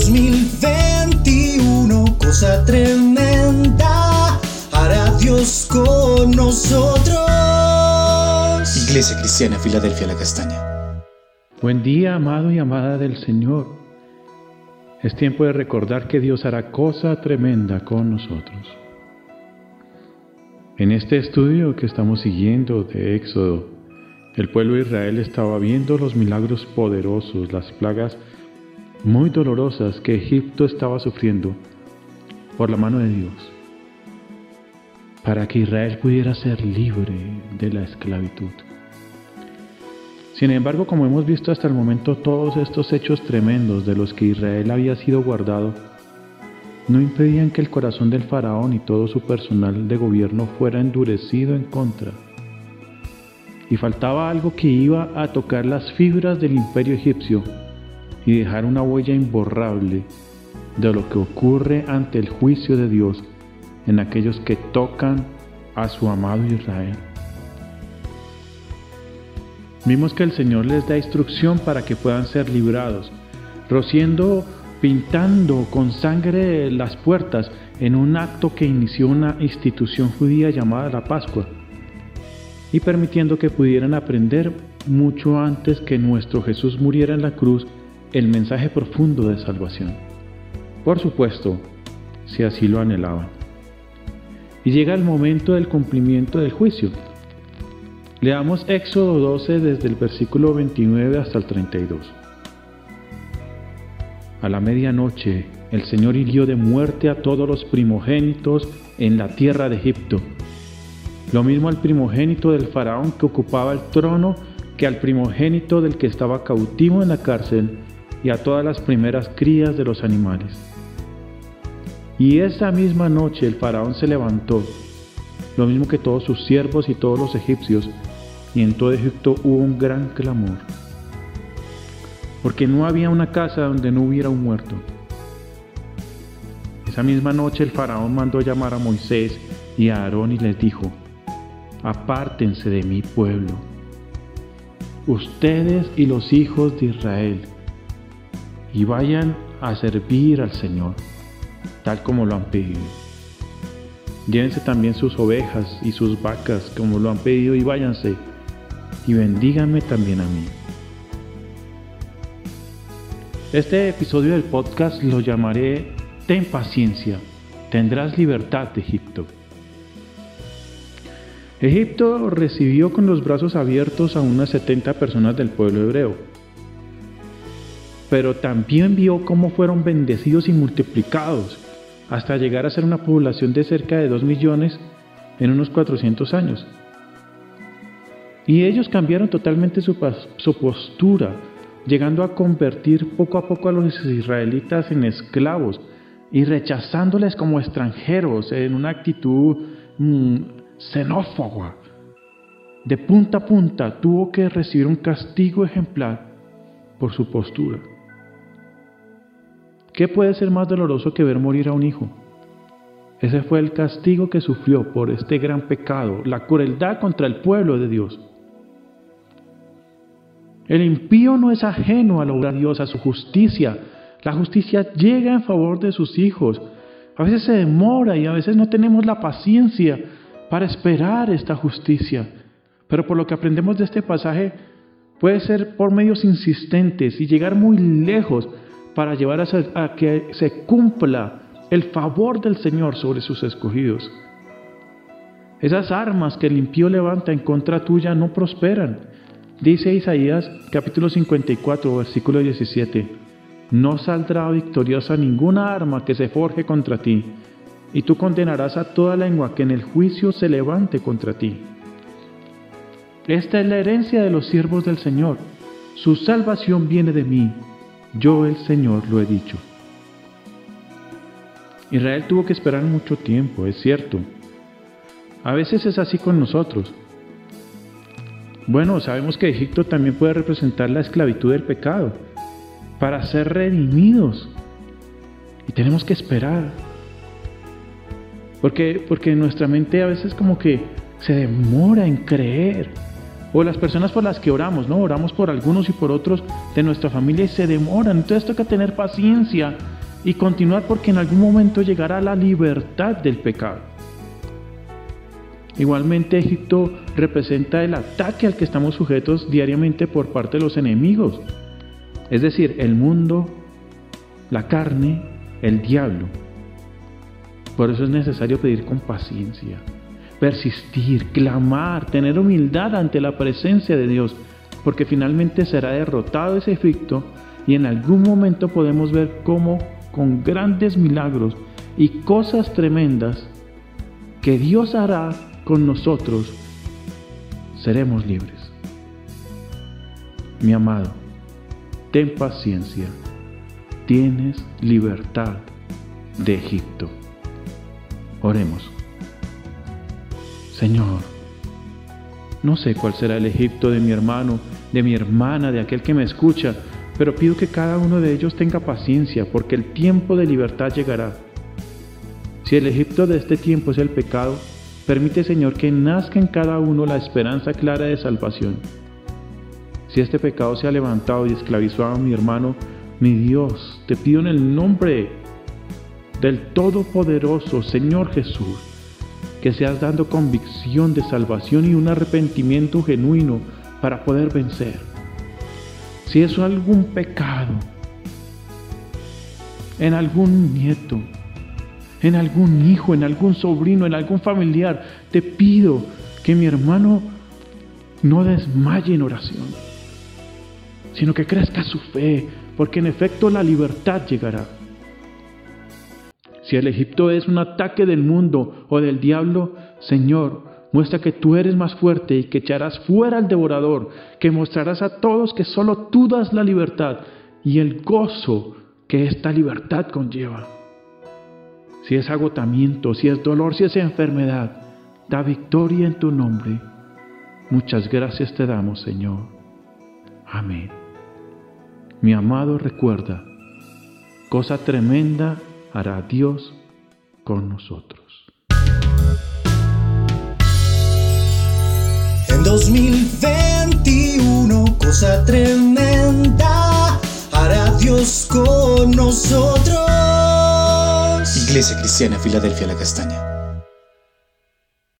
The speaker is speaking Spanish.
2021, cosa tremenda hará Dios con nosotros. Iglesia Cristiana Filadelfia La Castaña. Buen día, amado y amada del Señor. Es tiempo de recordar que Dios hará cosa tremenda con nosotros. En este estudio que estamos siguiendo de Éxodo, el pueblo de Israel estaba viendo los milagros poderosos, las plagas muy dolorosas que Egipto estaba sufriendo por la mano de Dios, para que Israel pudiera ser libre de la esclavitud. Sin embargo, como hemos visto hasta el momento, todos estos hechos tremendos de los que Israel había sido guardado no impedían que el corazón del faraón y todo su personal de gobierno fuera endurecido en contra. Y faltaba algo que iba a tocar las fibras del imperio egipcio y dejar una huella imborrable de lo que ocurre ante el juicio de Dios en aquellos que tocan a su amado Israel. Vimos que el Señor les da instrucción para que puedan ser librados, rociando, pintando con sangre las puertas en un acto que inició una institución judía llamada la Pascua, y permitiendo que pudieran aprender mucho antes que nuestro Jesús muriera en la cruz el mensaje profundo de salvación. Por supuesto, si así lo anhelaban. Y llega el momento del cumplimiento del juicio. Leamos Éxodo 12 desde el versículo 29 hasta el 32. A la medianoche, el Señor hirió de muerte a todos los primogénitos en la tierra de Egipto. Lo mismo al primogénito del faraón que ocupaba el trono que al primogénito del que estaba cautivo en la cárcel y a todas las primeras crías de los animales. Y esa misma noche el faraón se levantó, lo mismo que todos sus siervos y todos los egipcios, y en todo Egipto hubo un gran clamor, porque no había una casa donde no hubiera un muerto. Esa misma noche el faraón mandó llamar a Moisés y a Aarón y les dijo: apártense de mi pueblo, ustedes y los hijos de Israel, y vayan a servir al Señor, tal como lo han pedido. Llévense también sus ovejas y sus vacas, como lo han pedido, y váyanse, y bendíganme también a mí. Este episodio del podcast lo llamaré Ten paciencia, tendrás libertad de Egipto. Egipto recibió con los brazos abiertos a unas 70 personas del pueblo hebreo, pero también vio cómo fueron bendecidos y multiplicados hasta llegar a ser una población de cerca de 2 millones en unos 400 años. Y ellos cambiaron totalmente su postura, llegando a convertir poco a poco a los israelitas en esclavos y rechazándoles como extranjeros en una actitud xenófoba. De punta a punta tuvo que recibir un castigo ejemplar por su postura. ¿Qué puede ser más doloroso que ver morir a un hijo? Ese fue el castigo que sufrió por este gran pecado, la crueldad contra el pueblo de Dios. El impío no es ajeno a la obra de Dios, a su justicia. La justicia llega en favor de sus hijos. A veces se demora y a veces no tenemos la paciencia para esperar esta justicia. Pero por lo que aprendemos de este pasaje, puede ser por medios insistentes y llegar muy lejos para llevar a que se cumpla el favor del Señor sobre sus escogidos. Esas armas que el impío levanta en contra tuya no prosperan. Dice Isaías capítulo 54, versículo 17: no saldrá victoriosa ninguna arma que se forje contra ti, y tú condenarás a toda lengua que en el juicio se levante contra ti. Esta es la herencia de los siervos del Señor. Su salvación viene de mí. Yo, el Señor, lo he dicho. Israel tuvo que esperar mucho tiempo, es cierto. A veces es así con nosotros. Bueno, sabemos que Egipto también puede representar la esclavitud del pecado para ser redimidos. Y tenemos que esperar. Porque nuestra mente a veces como que se demora en creer. O las personas por las que oramos, ¿no? Oramos por algunos y por otros de nuestra familia y se demoran. Entonces toca tener paciencia y continuar, porque en algún momento llegará la libertad del pecado. Igualmente, Egipto representa el ataque al que estamos sujetos diariamente por parte de los enemigos. Es decir, el mundo, la carne, el diablo. Por eso es necesario pedir con paciencia, persistir, clamar, tener humildad ante la presencia de Dios, porque finalmente será derrotado ese Egipto y en algún momento podemos ver cómo con grandes milagros y cosas tremendas que Dios hará con nosotros, seremos libres. Mi amado, ten paciencia, tienes libertad de Egipto. Oremos. Señor, no sé cuál será el Egipto de mi hermano, de mi hermana, de aquel que me escucha, pero pido que cada uno de ellos tenga paciencia, porque el tiempo de libertad llegará. Si el Egipto de este tiempo es el pecado, permite, Señor, que nazca en cada uno la esperanza clara de salvación. Si este pecado se ha levantado y esclavizó a mi hermano, mi Dios, te pido en el nombre del Todopoderoso, Señor Jesús, que seas dando convicción de salvación y un arrepentimiento genuino para poder vencer. Si es algún pecado, en algún nieto, en algún hijo, en algún sobrino, en algún familiar, te pido que mi hermano no desmaye en oración, sino que crezca su fe, porque en efecto la libertad llegará. Si el Egipto es un ataque del mundo o del diablo, Señor, muestra que tú eres más fuerte y que echarás fuera al devorador, que mostrarás a todos que solo tú das la libertad y el gozo que esta libertad conlleva. Si es agotamiento, si es dolor, si es enfermedad, da victoria en tu nombre. Muchas gracias te damos, Señor. Amén. Mi amado, recuerda, cosa tremenda hará Dios con nosotros. En 2021, cosa tremenda hará Dios con nosotros. Iglesia Cristiana Filadelfia La Castaña.